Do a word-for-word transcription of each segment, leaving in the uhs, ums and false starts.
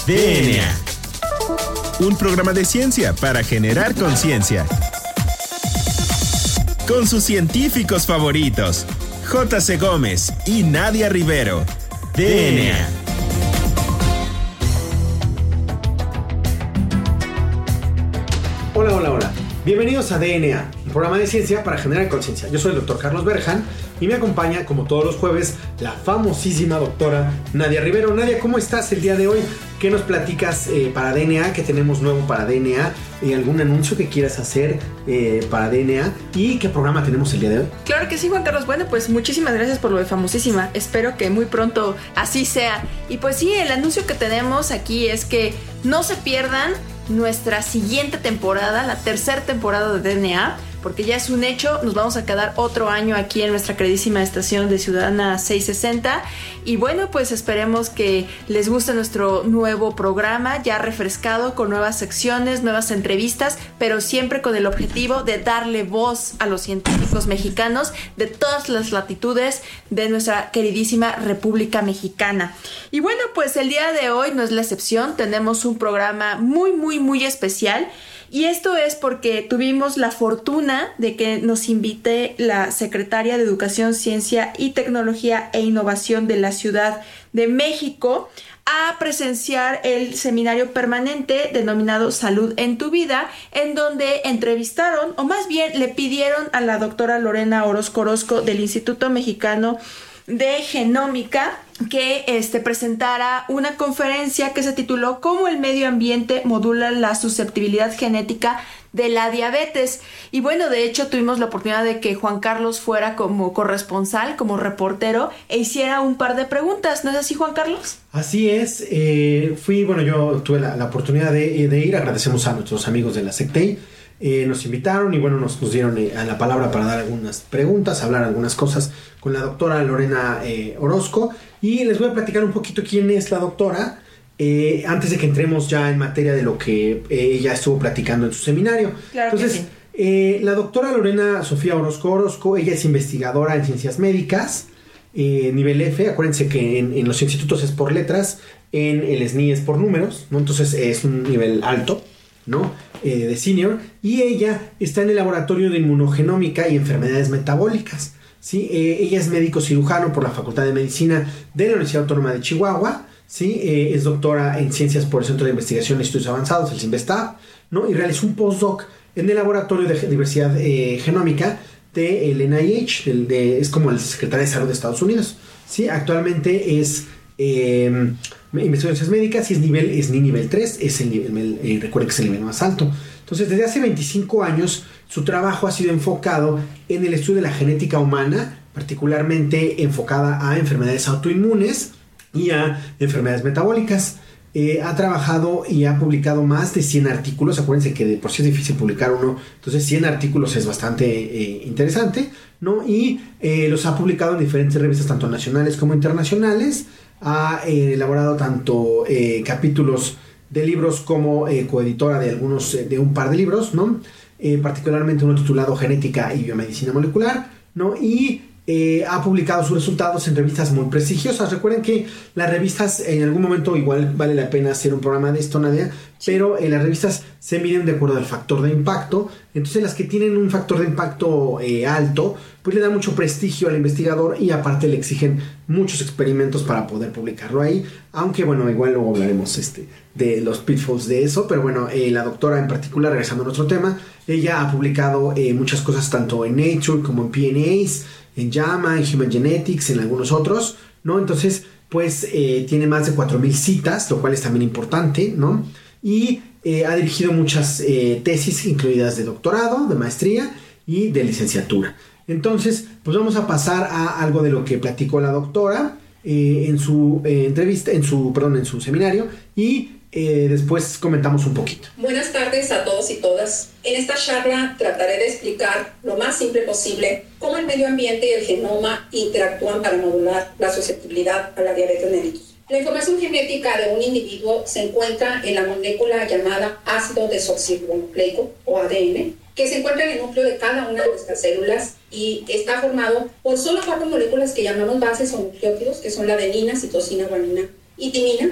D N A. Un programa de ciencia para generar conciencia. Con sus científicos favoritos, J C Gómez y Nadia Rivero. D N A. Hola, hola, hola. Bienvenidos a D N A, un programa de ciencia para generar conciencia. Yo soy el doctor Carlos Berjan y me acompaña, como todos los jueves, la famosísima doctora Nadia Rivero. Nadia, ¿cómo estás el día de hoy? ¿Qué nos platicas eh, para D N A? ¿Qué tenemos nuevo para D N A? Eh, ¿Algún anuncio que quieras hacer eh, para D N A? ¿Y qué programa tenemos el día de hoy? Claro que sí, Juan Carlos. Bueno, pues muchísimas gracias por lo de famosísima. Espero que muy pronto así sea. Y pues sí, el anuncio que tenemos aquí es que no se pierdan nuestra siguiente temporada, la tercera temporada de D N A, porque ya es un hecho, nos vamos a quedar otro año aquí en nuestra queridísima estación de Ciudadana seiscientos sesenta y bueno, pues esperemos que les guste nuestro nuevo programa, ya refrescado, con nuevas secciones, nuevas entrevistas, pero siempre con el objetivo de darle voz a los científicos mexicanos de todas las latitudes de nuestra queridísima República Mexicana. Y bueno, pues el día de hoy no es la excepción, tenemos un programa muy, muy, muy especial. Y esto es porque tuvimos la fortuna de que nos invite la secretaria de Educación, Ciencia y Tecnología e Innovación de la Ciudad de México a presenciar el seminario permanente denominado Salud en tu Vida, en donde entrevistaron, o más bien le pidieron a la doctora Lorena Orozco Orozco del Instituto Mexicano de Genómica que este, presentara una conferencia que se tituló ¿Cómo el medio ambiente modula la susceptibilidad genética de la diabetes? Y bueno, de hecho tuvimos la oportunidad de que Juan Carlos fuera como corresponsal, como reportero, e hiciera un par de preguntas. ¿No es así, Juan Carlos? Así es. Eh, fui, bueno, yo tuve la, la oportunidad de, de ir. Agradecemos a nuestros amigos de la SECTEI. Eh, nos invitaron y bueno, nos, nos dieron eh, a la palabra para dar algunas preguntas, hablar algunas cosas con la doctora Lorena eh, Orozco, y les voy a platicar un poquito quién es la doctora eh, antes de que entremos ya en materia de lo que eh, ella estuvo platicando en su seminario. Claro. Entonces, sí. eh, la doctora Lorena Sofía Orozco Orozco, ella es investigadora en ciencias médicas, eh, nivel F. Acuérdense que en, en los institutos es por letras, en el S N I es por números, ¿no? Entonces es un nivel alto, ¿no? Eh, de senior, y ella está en el laboratorio de inmunogenómica y enfermedades metabólicas, ¿sí? Eh, ella es médico cirujano por la Facultad de Medicina de la Universidad Autónoma de Chihuahua, ¿sí? Eh, es doctora en ciencias por el Centro de Investigación y Estudios Avanzados, el CINVESTAB, ¿no? Y realizó un postdoc en el laboratorio de diversidad eh, genómica del N I H, del, de, es como el secretario de Salud de Estados Unidos, ¿sí? Actualmente es Eh, investigaciones médicas y es nivel S N I nivel tres, es el nivel, eh, recuerden que es el nivel más alto. Entonces, desde hace veinticinco años su trabajo ha sido enfocado en el estudio de la genética humana, particularmente enfocada a enfermedades autoinmunes y a enfermedades metabólicas. Eh, ha trabajado y ha publicado más de cien artículos. Acuérdense que de por sí es difícil publicar uno, entonces cien artículos es bastante eh, interesante, ¿no? Y eh, los ha publicado en diferentes revistas, tanto nacionales como internacionales. Ha eh, elaborado tanto eh, capítulos de libros como eh, coeditora de algunos eh, de un par de libros, ¿no? Eh, particularmente uno titulado Genética y Biomedicina Molecular, ¿no? Y eh, ha publicado sus resultados en revistas muy prestigiosas. Recuerden que las revistas, en algún momento igual vale la pena hacer un programa de esto, Nadia, sí. Pero eh, las revistas se miden de acuerdo al factor de impacto. Entonces las que tienen un factor de impacto eh, alto, pues le dan mucho prestigio al investigador y aparte le exigen muchos experimentos para poder publicarlo ahí, aunque bueno, igual luego hablaremos este, de los pitfalls de eso, pero bueno, eh, la doctora en particular, regresando a nuestro tema, ella ha publicado eh, muchas cosas tanto en Nature como en P N As, en JAMA, en Human Genetics, en algunos otros, ¿no? Entonces, pues eh, tiene más de cuatro mil citas, lo cual es también importante, ¿no? Y eh, ha dirigido muchas eh, tesis, incluidas de doctorado, de maestría y de licenciatura. Entonces, pues vamos a pasar a algo de lo que platicó la doctora eh, en su eh, entrevista, en su, perdón, en su seminario, y eh, después comentamos un poquito. Buenas tardes a todos y todas. En esta charla trataré de explicar lo más simple posible cómo el medio ambiente y el genoma interactúan para modular la susceptibilidad a la diabetes mellitus. La información genética de un individuo se encuentra en la molécula llamada ácido desoxirribonucleico o A D N, que se encuentra en el núcleo de cada una de nuestras células y está formado por solo cuatro moléculas que llamamos bases o nucleótidos, que son la adenina, citosina, guanina y timina.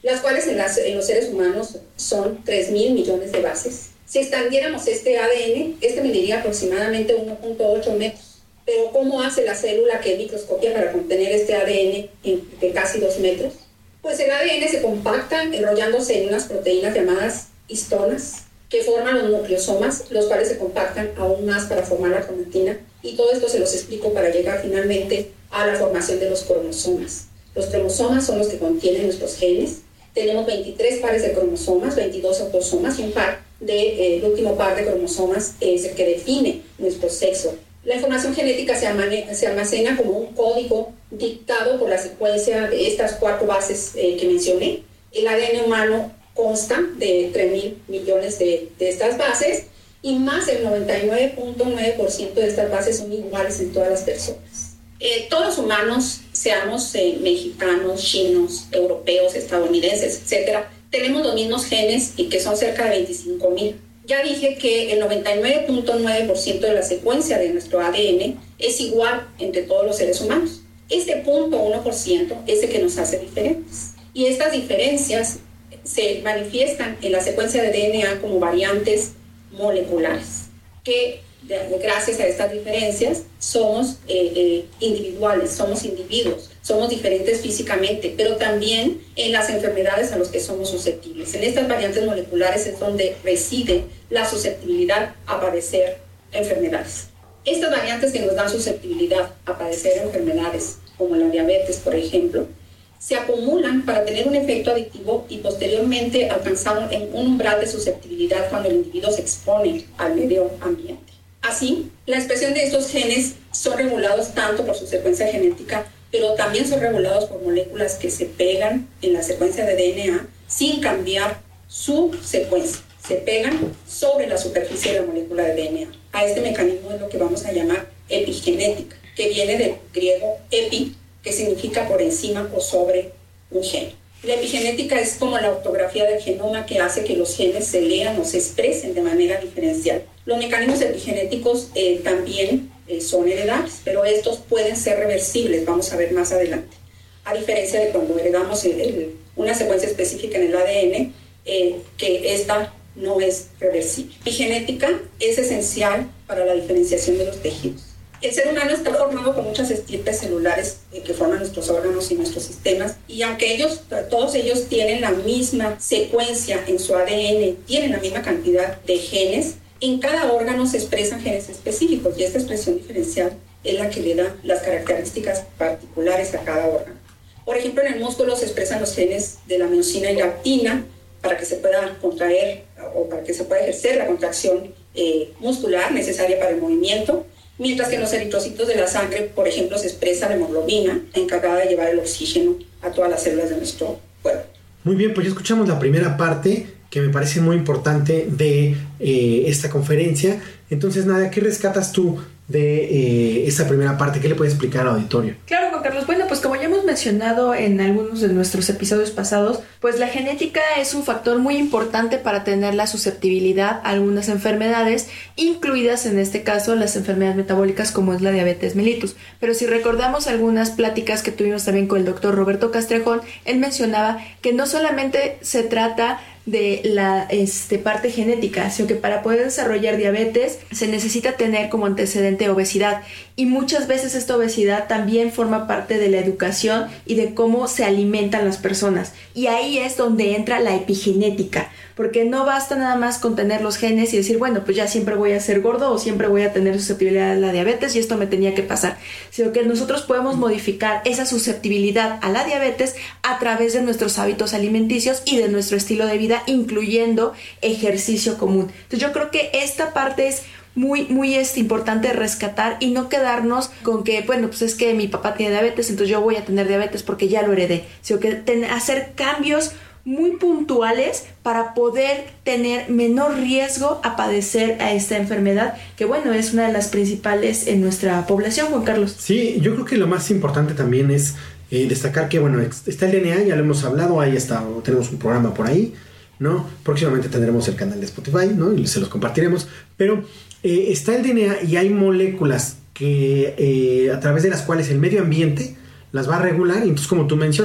las cuales en, las, en los seres humanos son tres mil millones de bases. Si expandiéramos este A D N, este mediría aproximadamente uno punto ocho metros. Pero ¿cómo hace la célula que microscopia para contener este A D N en, de casi dos metros? Pues el A D N se compacta enrollándose en unas proteínas llamadas histonas que forman los nucleosomas, los cuales se compactan aún más para formar la cromatina. Y todo esto se los explico para llegar finalmente a la formación de los cromosomas. Los cromosomas son los que contienen nuestros genes. Tenemos veintitrés pares de cromosomas, veintidós autosomas y un par de, eh, el último par de cromosomas es el que define nuestro sexo. La información genética se, amane, se almacena como un código dictado por la secuencia de estas cuatro bases eh, que mencioné. El A D N humano consta de tres mil millones de, de estas bases y más del noventa y nueve punto nueve por ciento de estas bases son iguales en todas las personas. Eh, todos los humanos, seamos eh, mexicanos, chinos, europeos, estadounidenses, etcétera, tenemos los mismos genes y que son cerca de veinticinco mil. Ya dije que el noventa y nueve punto nueve por ciento de la secuencia de nuestro A D N es igual entre todos los seres humanos. Este cero punto uno por ciento es el que nos hace diferentes. Y estas diferencias se manifiestan en la secuencia de D N A como variantes moleculares, que gracias a estas diferencias somos eh, eh, individuales, somos individuos, somos diferentes físicamente, pero también en las enfermedades a las que somos susceptibles. En estas variantes moleculares es donde reside la susceptibilidad a padecer enfermedades. Estas variantes que nos dan susceptibilidad a padecer enfermedades, como la diabetes, por ejemplo, se acumulan para tener un efecto adictivo y posteriormente alcanzar un umbral de susceptibilidad cuando el individuo se expone al medio ambiente. Así, la expresión de estos genes son regulados tanto por su secuencia genética, pero también son regulados por moléculas que se pegan en la secuencia de D N A sin cambiar su secuencia. Se pegan sobre la superficie de la molécula de D N A. A este mecanismo es lo que vamos a llamar epigenética, que viene del griego epi, que significa por encima o sobre un gen. La epigenética es como la ortografía del genoma que hace que los genes se lean o se expresen de manera diferencial. Los mecanismos epigenéticos eh, también eh, son heredables, pero estos pueden ser reversibles, vamos a ver más adelante. A diferencia de cuando heredamos el, el, una secuencia específica en el A D N, eh, que esta no es reversible. La epigenética es esencial para la diferenciación de los tejidos. El ser humano está formado con muchas estirpes celulares eh, que forman nuestros órganos y nuestros sistemas, y aunque ellos, todos ellos tienen la misma secuencia en su A D N, tienen la misma cantidad de genes, en cada órgano se expresan genes específicos y esta expresión diferencial es la que le da las características particulares a cada órgano. Por ejemplo, en el músculo se expresan los genes de la miosina y la actina para que se pueda contraer o para que se pueda ejercer la contracción eh, muscular necesaria para el movimiento. Mientras que en los eritrocitos de la sangre, por ejemplo, se expresa la hemoglobina, encargada de llevar el oxígeno a todas las células de nuestro cuerpo. Muy bien, pues ya escuchamos la primera parte, que me parece muy importante de eh, esta conferencia. Entonces, Nadia, ¿qué rescatas tú de eh, esta primera parte? ¿Qué le puedes explicar al auditorio? Claro, Juan Carlos. Bueno, pues como ya hemos mencionado en algunos de nuestros episodios pasados, pues la genética es un factor muy importante para tener la susceptibilidad a algunas enfermedades, incluidas en este caso las enfermedades metabólicas como es la diabetes mellitus. Pero si recordamos algunas pláticas que tuvimos también con el doctor Roberto Castrejón, él mencionaba que no solamente se trata de la este, parte genética, sino que para poder desarrollar diabetes se necesita tener como antecedente obesidad, y muchas veces esta obesidad también forma parte de la educación y de cómo se alimentan las personas, y ahí es donde entra la epigenética, porque no basta nada más con tener los genes y decir, bueno, pues ya siempre voy a ser gordo o siempre voy a tener susceptibilidad a la diabetes y esto me tenía que pasar, sino que nosotros podemos modificar esa susceptibilidad a la diabetes a través de nuestros hábitos alimenticios y de nuestro estilo de vida, incluyendo ejercicio común. Entonces yo creo que esta parte es muy, muy es importante rescatar y no quedarnos con que, bueno, pues es que mi papá tiene diabetes, entonces yo voy a tener diabetes porque ya lo heredé, sino que ten, hacer cambios muy puntuales para poder tener menor riesgo a padecer a esta enfermedad, que bueno, es una de las principales en nuestra población, Juan Carlos. Sí, yo creo que lo más importante también es eh, destacar que, bueno, está el D N A, ya lo hemos hablado, ahí está, tenemos un programa por ahí, ¿no? Próximamente tendremos el canal de Spotify, ¿no? Y se los compartiremos, pero eh, está el D N A y hay moléculas que eh, a través de las cuales el medio ambiente las va a regular, y entonces, como tú mencionas,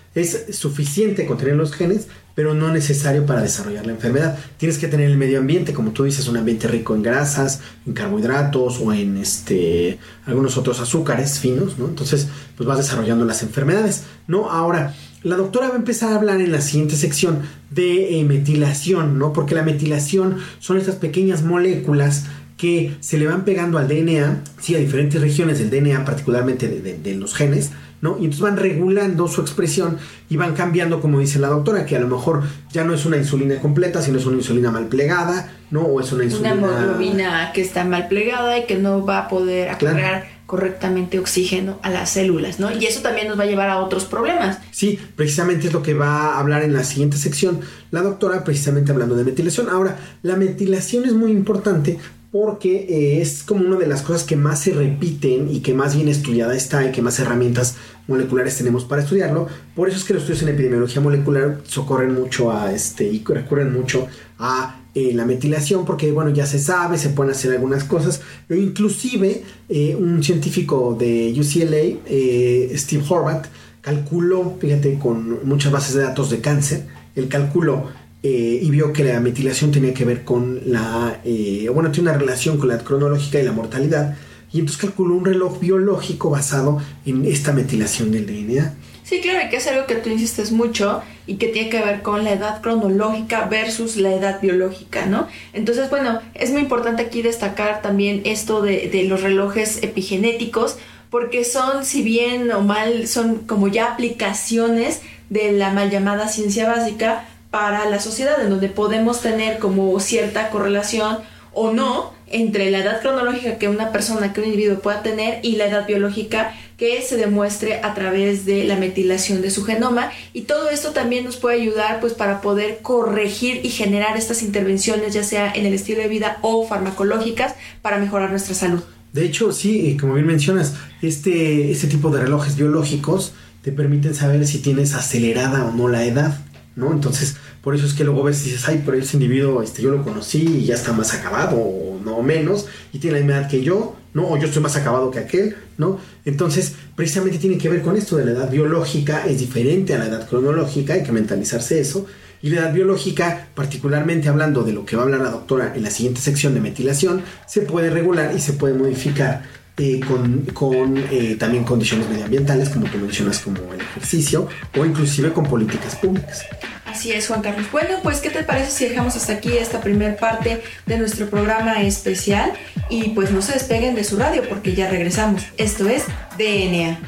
Es suficiente con tener los genes, pero no necesario para desarrollar la enfermedad. Tienes que tener el medio ambiente, como tú dices, un ambiente rico en grasas, en carbohidratos o en este algunos otros azúcares finos, ¿no? Entonces, pues vas desarrollando las enfermedades, ¿no? Ahora, la doctora va a empezar a hablar en la siguiente sección de eh, metilación, ¿no? Porque la metilación son estas pequeñas moléculas que se le van pegando al D N A, sí, a diferentes regiones del D N A, particularmente de, de, de los genes, ¿no? Y entonces van regulando su expresión y van cambiando, como dice la doctora, que a lo mejor ya no es una insulina completa, sino es una insulina mal plegada, ¿no? O es una insulina... Una hemoglobina que está mal plegada y que no va a poder acarrear Claro. correctamente oxígeno a las células, ¿no? Y eso también nos va a llevar a otros problemas. Sí, precisamente es lo que va a hablar en la siguiente sección la doctora, precisamente hablando de metilación. Ahora, la metilación es muy importante porque eh, es como una de las cosas que más se repiten y que más bien estudiada está y que más herramientas moleculares tenemos para estudiarlo. Por eso es que los estudios en epidemiología molecular socorren mucho a este y recurren mucho a eh, la metilación, porque bueno, ya se sabe, se pueden hacer algunas cosas. E inclusive eh, un científico de U C L A, eh, Steve Horvath, calculó, fíjate, con muchas bases de datos de cáncer, él calculó Eh, y vio que la metilación tenía que ver con la, eh, bueno, tiene una relación con la edad cronológica y la mortalidad, y entonces calculó un reloj biológico basado en esta metilación del D N A. Sí, claro, y que es algo que tú insistes mucho y que tiene que ver con la edad cronológica versus la edad biológica, ¿no? Entonces, bueno, es muy importante aquí destacar también esto de, de los relojes epigenéticos, porque son, si bien o mal, son como ya aplicaciones de la mal llamada ciencia básica para la sociedad, en donde podemos tener como cierta correlación o no entre la edad cronológica que una persona, que un individuo pueda tener y la edad biológica que se demuestre a través de la metilación de su genoma, y todo esto también nos puede ayudar pues para poder corregir y generar estas intervenciones, ya sea en el estilo de vida o farmacológicas, para mejorar nuestra salud. De hecho, sí, como bien mencionas, este, este tipo de relojes biológicos te permiten saber si tienes acelerada o no la edad, ¿no? Entonces, por eso es que luego ves y dices, ay, pero ese individuo, este, yo lo conocí y ya está más acabado, o no menos, y tiene la misma edad que yo, ¿no? O yo estoy más acabado que aquel, ¿no? Entonces, precisamente tiene que ver con esto de la edad biológica, es diferente a la edad cronológica, hay que mentalizarse eso, y la edad biológica, particularmente hablando de lo que va a hablar la doctora en la siguiente sección de metilación, se puede regular y se puede modificar Eh, con, con eh, también condiciones medioambientales, como tú mencionas, como el ejercicio, o inclusive con políticas públicas. Así es, Juan Carlos. Bueno, pues, ¿qué te parece si dejamos hasta aquí esta primera parte de nuestro programa especial? Y pues no se despeguen de su radio, porque ya regresamos. Esto es D N A.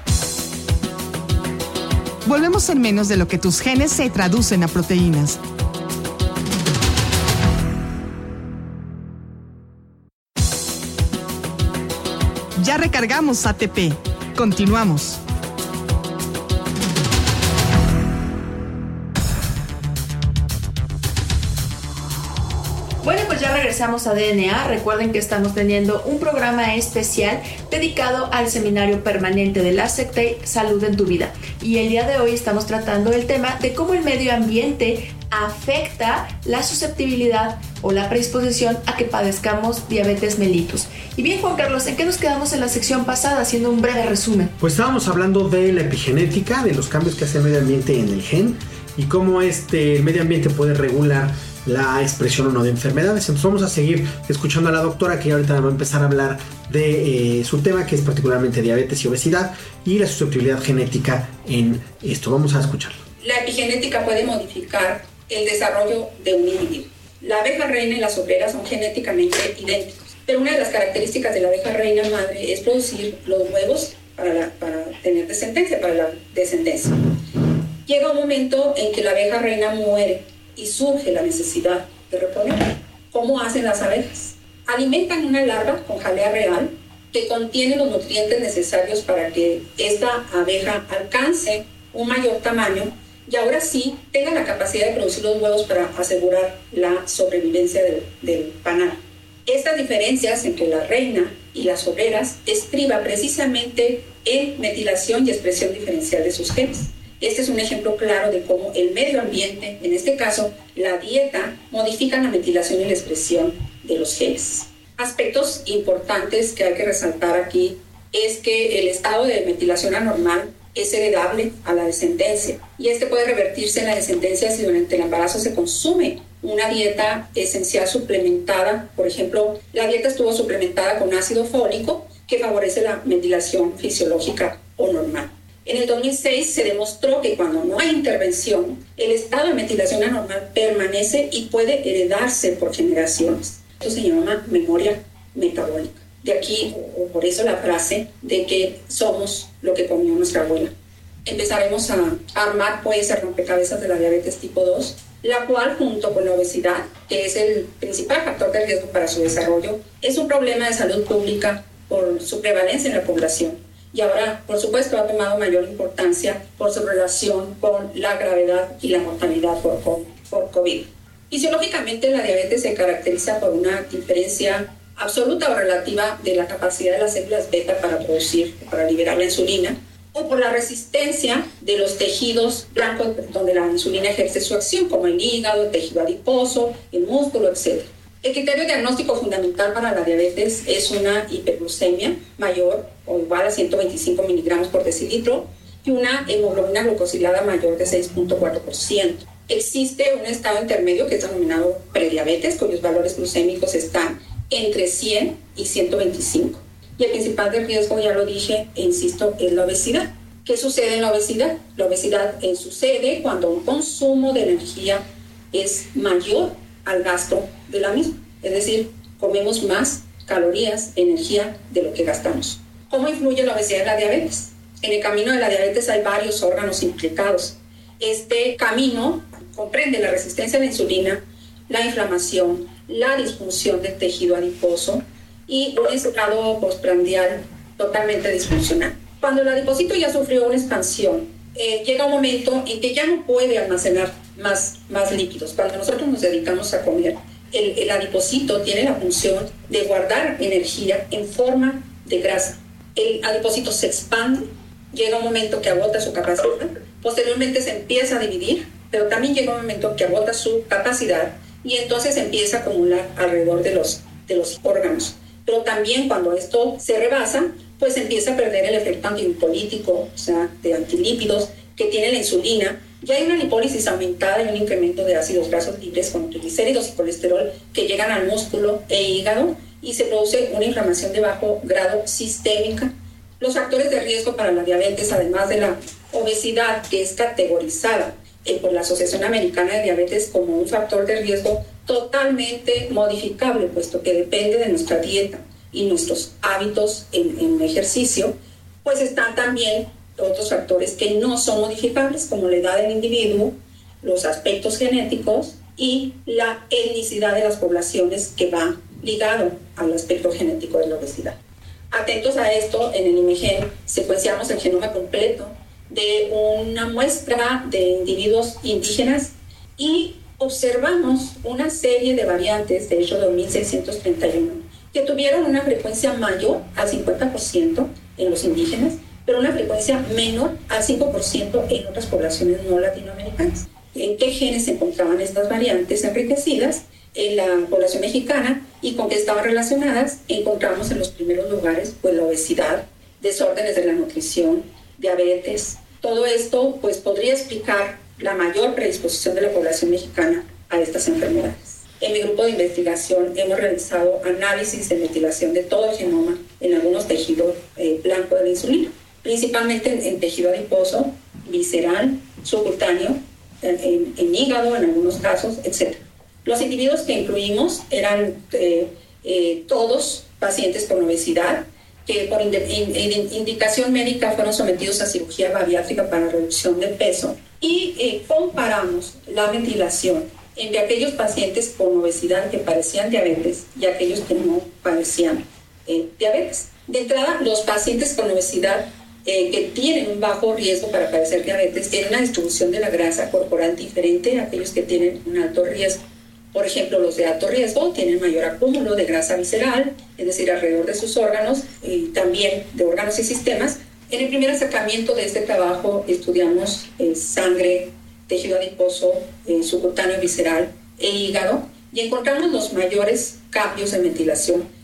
Volvemos en menos de lo que tus genes se traducen a proteínas. Ya recargamos A T P. Continuamos. Bueno, pues ya regresamos a D N A. Recuerden que estamos teniendo un programa especial dedicado al seminario permanente de la SECTEI, Salud en tu Vida. Y el día de hoy estamos tratando el tema de cómo el medio ambiente afecta la susceptibilidad o la predisposición a que padezcamos diabetes mellitus. Y bien, Juan Carlos, ¿en qué nos quedamos en la sección pasada? Haciendo un breve resumen. Pues estábamos hablando de la epigenética, de los cambios que hace el medio ambiente en el gen y cómo este, el medio ambiente puede regular la expresión o no de enfermedades. Entonces vamos a seguir escuchando a la doctora, que ahorita va a empezar a hablar de eh, su tema, que es particularmente diabetes y obesidad y la susceptibilidad genética en esto. Vamos a escucharlo. La epigenética puede modificar el desarrollo de un individuo. La abeja reina y las obreras son genéticamente idénticos, pero una de las características de la abeja reina madre es producir los huevos para, la, para tener descendencia, para la descendencia. Llega un momento en que la abeja reina muere y surge la necesidad de reponer. ¿Cómo hacen las abejas? Alimentan una larva con jalea real que contiene los nutrientes necesarios para que esta abeja alcance un mayor tamaño y ahora sí tenga la capacidad de producir los huevos para asegurar la sobrevivencia del, del panal. Estas diferencias entre la reina y las obreras estriba precisamente en metilación y expresión diferencial de sus genes. Este es un ejemplo claro de cómo el medio ambiente, en este caso la dieta, modifica la metilación y la expresión de los genes. Aspectos importantes que hay que resaltar aquí es que el estado de metilación anormal es heredable a la descendencia y este puede revertirse en la descendencia si durante el embarazo se consume una dieta esencial suplementada. Por ejemplo, la dieta estuvo suplementada con ácido fólico que favorece la metilación fisiológica o normal. En el dos mil seis se demostró que cuando no hay intervención, el estado de metilación anormal permanece y puede heredarse por generaciones. Esto se llama memoria metabólica. De aquí, o por eso la frase de que somos lo que comió nuestra abuela. Empezaremos a armar pues el rompecabezas de la diabetes tipo dos, la cual junto con la obesidad, que es el principal factor de riesgo para su desarrollo, es un problema de salud pública por su prevalencia en la población. Y ahora, por supuesto, ha tomado mayor importancia por su relación con la gravedad y la mortalidad por, por COVID. Fisiológicamente, la diabetes se caracteriza por una diferencia absoluta o relativa de la capacidad de las células beta para producir, para liberar la insulina, o por la resistencia de los tejidos blancos donde la insulina ejerce su acción, como el hígado, el tejido adiposo, el músculo, etcétera. El criterio diagnóstico fundamental para la diabetes es una hiperglucemia mayor o igual a ciento veinticinco miligramos por decilitro y una hemoglobina glucosilada mayor de seis punto cuatro por ciento. Existe un estado intermedio que es denominado prediabetes, cuyos valores glucémicos están entre cien y ciento veinticinco. Y el principal de riesgo, ya lo dije e insisto, es la obesidad. ¿Qué sucede en la obesidad? La obesidad eh, sucede cuando un consumo de energía es mayor al gasto de la misma. Es decir, comemos más calorías, energía de lo que gastamos. ¿Cómo influye la obesidad en la diabetes? En el camino de la diabetes hay varios órganos implicados. Este camino comprende la resistencia a la insulina, la inflamación, la disfunción del tejido adiposo y un estado postprandial totalmente disfuncional. Cuando el adipocito ya sufrió una expansión, eh, llega un momento en que ya no puede almacenar más, más líquidos. Cuando nosotros nos dedicamos a comer, el, el adipocito tiene la función de guardar energía en forma de grasa. El adipocito se expande, llega un momento que agota su capacidad, posteriormente se empieza a dividir, pero también llega un momento que agota su capacidad y entonces empieza a acumular alrededor de los, de los órganos. Pero también cuando esto se rebasa, pues empieza a perder el efecto antilipolítico, o sea, de antilípidos que tiene la insulina. Ya hay una lipólisis aumentada y un incremento de ácidos grasos libres con triglicéridos y colesterol que llegan al músculo e hígado y se produce una inflamación de bajo grado sistémica. Los factores de riesgo para la diabetes, además de la obesidad, que es categorizada eh, por la Asociación Americana de Diabetes como un factor de riesgo totalmente modificable, puesto que depende de nuestra dieta y nuestros hábitos en, en ejercicio, pues están también otros factores que no son modificables, como la edad del individuo, los aspectos genéticos y la etnicidad de las poblaciones, que va ligado al aspecto genético de la obesidad. Atentos a esto, en el IMEGEN secuenciamos el genoma completo de una muestra de individuos indígenas y observamos una serie de variantes, de hecho dos mil seiscientos treinta y uno, que tuvieron una frecuencia mayor al cincuenta por ciento en los indígenas, pero una frecuencia menor al cinco por ciento en otras poblaciones no latinoamericanas. ¿En qué genes se encontraban estas variantes enriquecidas? En la población mexicana, y con qué estaban relacionadas, encontramos en los primeros lugares pues la obesidad, desórdenes de la nutrición, diabetes. Todo esto pues podría explicar la mayor predisposición de la población mexicana a estas enfermedades. En mi grupo de investigación hemos realizado análisis de metilación de todo el genoma en algunos tejidos eh, blancos de la insulina, principalmente en, en tejido adiposo, visceral, subcutáneo, en, en, en hígado en algunos casos, etcétera. Los individuos que incluimos eran eh, eh, todos pacientes con obesidad que por ind- ind- indicación médica fueron sometidos a cirugía bariátrica para reducción de peso y eh, comparamos la metilación entre aquellos pacientes con obesidad que padecían diabetes y aquellos que no padecían eh, diabetes. De entrada, los pacientes con obesidad eh, que tienen un bajo riesgo para padecer diabetes tienen una distribución de la grasa corporal diferente a aquellos que tienen un alto riesgo. Por ejemplo, los de alto riesgo tienen mayor acúmulo de grasa visceral, es decir, alrededor de sus órganos y también de órganos y sistemas. En el primer acercamiento de este trabajo estudiamos eh, sangre, tejido adiposo, eh, subcutáneo visceral e hígado y encontramos los mayores cambios en metilación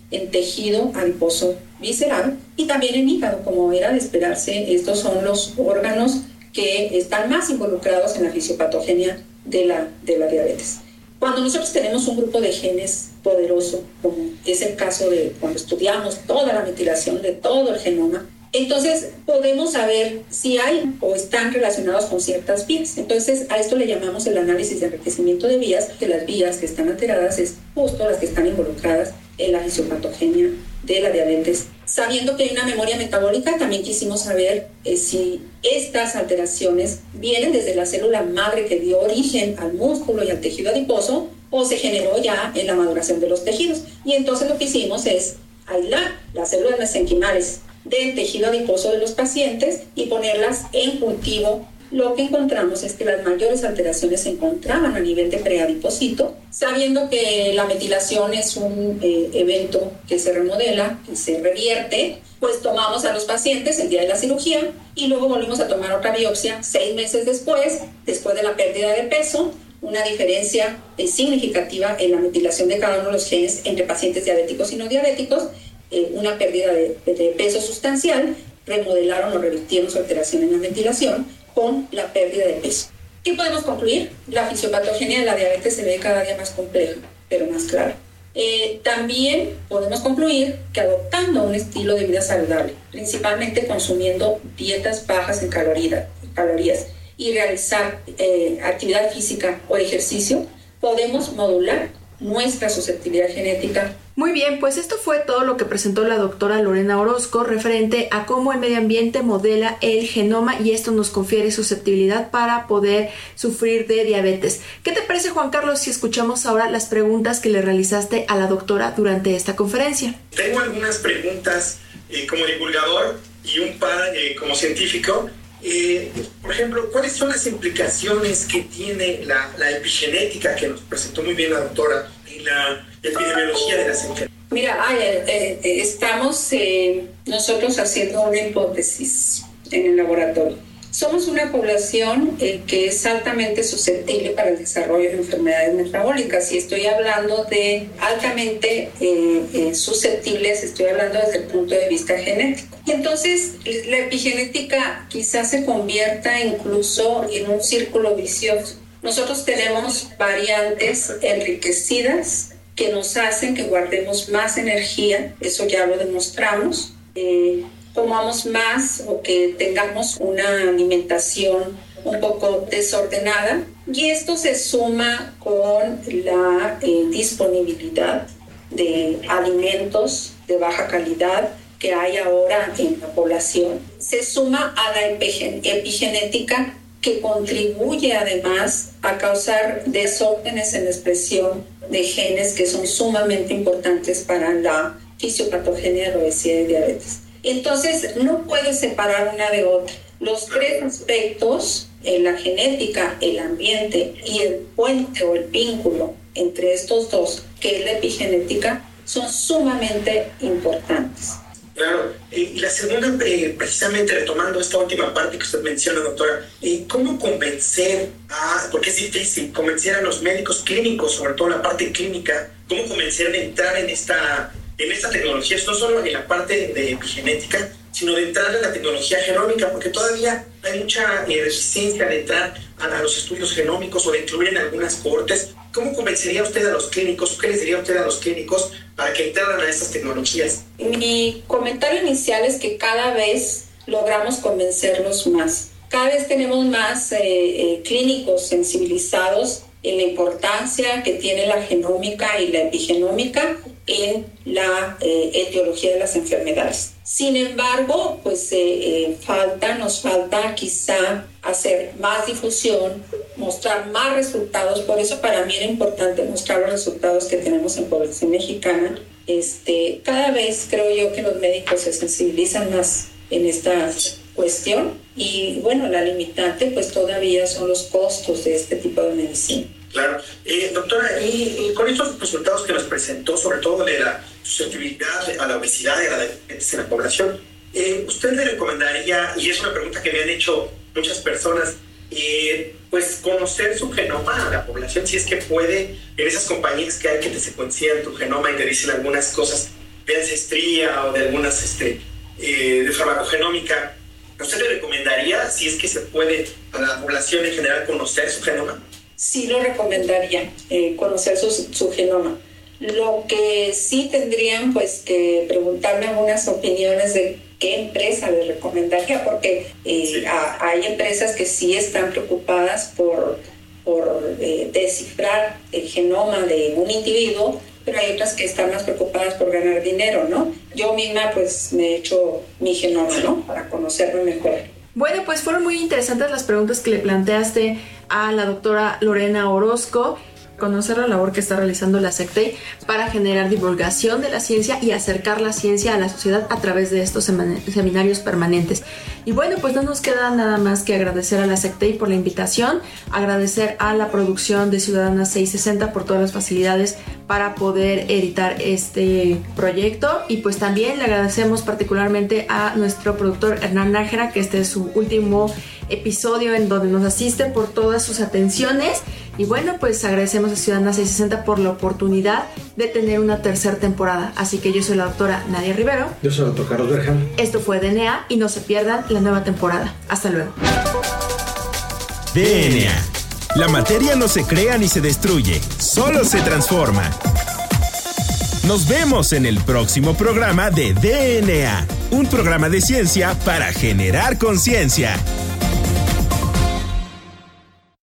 en tejido adiposo visceral y también en hígado, como era de esperarse. Estos son los órganos que están más involucrados en la fisiopatogenia de la, de la diabetes. Cuando nosotros tenemos un grupo de genes poderoso, como es el caso de cuando estudiamos toda la metilación de todo el genoma, entonces podemos saber si hay o están relacionados con ciertas vías. Entonces a esto le llamamos el análisis de enriquecimiento de vías, que las vías que están alteradas es justo las que están involucradas en la fisiopatogenia de la diabetes. Sabiendo que hay una memoria metabólica, también quisimos saber eh, si estas alteraciones vienen desde la célula madre que dio origen al músculo y al tejido adiposo o se generó ya en la maduración de los tejidos. Y entonces lo que hicimos es aislar las células mesenquimales del tejido adiposo de los pacientes y ponerlas en cultivo. Lo que encontramos es que las mayores alteraciones se encontraban a nivel de preadipocito, sabiendo que la metilación es un eh, evento que se remodela, que se revierte, pues tomamos a los pacientes el día de la cirugía y luego volvimos a tomar otra biopsia seis meses después, después de la pérdida de peso, una diferencia eh, significativa en la metilación de cada uno de los genes entre pacientes diabéticos y no diabéticos, eh, una pérdida de, de peso sustancial, remodelaron o revirtieron su alteración en la metilación con la pérdida de peso. ¿Qué podemos concluir? La fisiopatogenia de la diabetes se ve cada día más compleja, pero más clara. Eh, también podemos concluir que adoptando un estilo de vida saludable, principalmente consumiendo dietas bajas en caloría, calorías y realizar eh, actividad física o ejercicio, podemos modular nuestra susceptibilidad genética. Muy bien, pues esto fue todo lo que presentó la doctora Lorena Orozco referente a cómo el medio ambiente modela el genoma y esto nos confiere susceptibilidad para poder sufrir de diabetes. ¿Qué te parece, Juan Carlos, si escuchamos ahora las preguntas que le realizaste a la doctora durante esta conferencia? Tengo algunas preguntas eh, como divulgador y un par eh, como científico. Eh, por ejemplo, ¿cuáles son las implicaciones que tiene la, la epigenética que nos presentó muy bien la doctora en la epidemiología de las enfermedades? Mira, ay, eh, eh, estamos eh, nosotros haciendo una hipótesis en el laboratorio. Somos una población eh, que es altamente susceptible para el desarrollo de enfermedades metabólicas y estoy hablando de altamente eh, eh, susceptibles, estoy hablando desde el punto de vista genético. Y entonces la epigenética quizás se convierta incluso en un círculo vicioso. Nosotros tenemos variantes enriquecidas que nos hacen que guardemos más energía, eso ya lo demostramos, eh, comamos más o que tengamos una alimentación un poco desordenada y esto se suma con la eh, disponibilidad de alimentos de baja calidad que hay ahora en la población. Se suma a la epigenética que contribuye además a causar desórdenes en la expresión de genes que son sumamente importantes para la fisiopatogenia de la obesidad y diabetes. Entonces, no puedes separar una de otra. Los tres aspectos, en la genética, el ambiente y el puente o el vínculo entre estos dos, que es la epigenética, son sumamente importantes. Claro, eh, y la segunda, eh, precisamente retomando esta última parte que usted menciona, doctora, eh, ¿cómo convencer a, porque es difícil, convencer a los médicos clínicos, sobre todo la parte clínica, cómo convencer de entrar en esta, en esta tecnología, no solo en la parte de epigenética, sino de entrar en la tecnología genómica, porque todavía hay mucha eh, resistencia de entrar a, a los estudios genómicos o de incluir en algunas cohortes? ¿Cómo convencería usted a los clínicos, qué les diría usted a los clínicos para que entraran a estas tecnologías? Mi comentario inicial es que cada vez logramos convencerlos más. Cada vez tenemos más eh, eh, clínicos sensibilizados en la importancia que tiene la genómica y la epigenómica en la eh, etiología de las enfermedades. Sin embargo, pues eh, eh, falta, nos falta quizá hacer más difusión, mostrar más resultados. Por eso para mí era importante mostrar los resultados que tenemos en población mexicana. Este, cada vez creo yo que los médicos se sensibilizan más en esta cuestión y bueno, la limitante pues todavía son los costos de este tipo de medicina. Claro. Eh, doctora, y, y con estos resultados que nos presentó, sobre todo de la susceptibilidad a la obesidad y a la diabetes en la población, eh, ¿usted le recomendaría, y es una pregunta que me han hecho muchas personas, eh, pues conocer su genoma a la población, si es que puede, en esas compañías que hay que te secuencian tu genoma y te dicen algunas cosas, de ancestría o de algunas este, eh, de farmacogenómica, ¿usted le recomendaría, si es que se puede, a la población en general conocer su genoma? Sí lo recomendaría, eh, conocer su, su genoma. Lo que sí tendrían pues que preguntarme algunas opiniones de qué empresa les recomendaría, porque eh, sí. a, hay empresas que sí están preocupadas por, por eh, descifrar el genoma de un individuo, pero hay otras que están más preocupadas por ganar dinero, ¿no? Yo misma pues me he hecho mi genoma, ¿no? Para conocerme mejor. Bueno, pues fueron muy interesantes las preguntas que le planteaste a la doctora Lorena Orozco. Conocer la labor que está realizando la SECTEI para generar divulgación de la ciencia y acercar la ciencia a la sociedad a través de estos seminarios permanentes. Y bueno, pues no nos queda nada más que agradecer a la SECTEI por la invitación, agradecer a la producción de Ciudadana seiscientos sesenta por todas las facilidades para poder editar este proyecto, y pues también le agradecemos particularmente a nuestro productor Hernán Nájera, que este es su último episodio en donde nos asiste, por todas sus atenciones. Y bueno, pues agradecemos a Ciudadana seiscientos sesenta por la oportunidad de tener una tercera temporada. Así que yo soy la doctora Nadia Rivero. Yo soy el doctor Carlos Berjan. Esto fue D N A y no se pierdan la nueva temporada. Hasta luego. D N A. La materia no se crea ni se destruye, solo se transforma. Nos vemos en el próximo programa de D N A, un programa de ciencia para generar conciencia.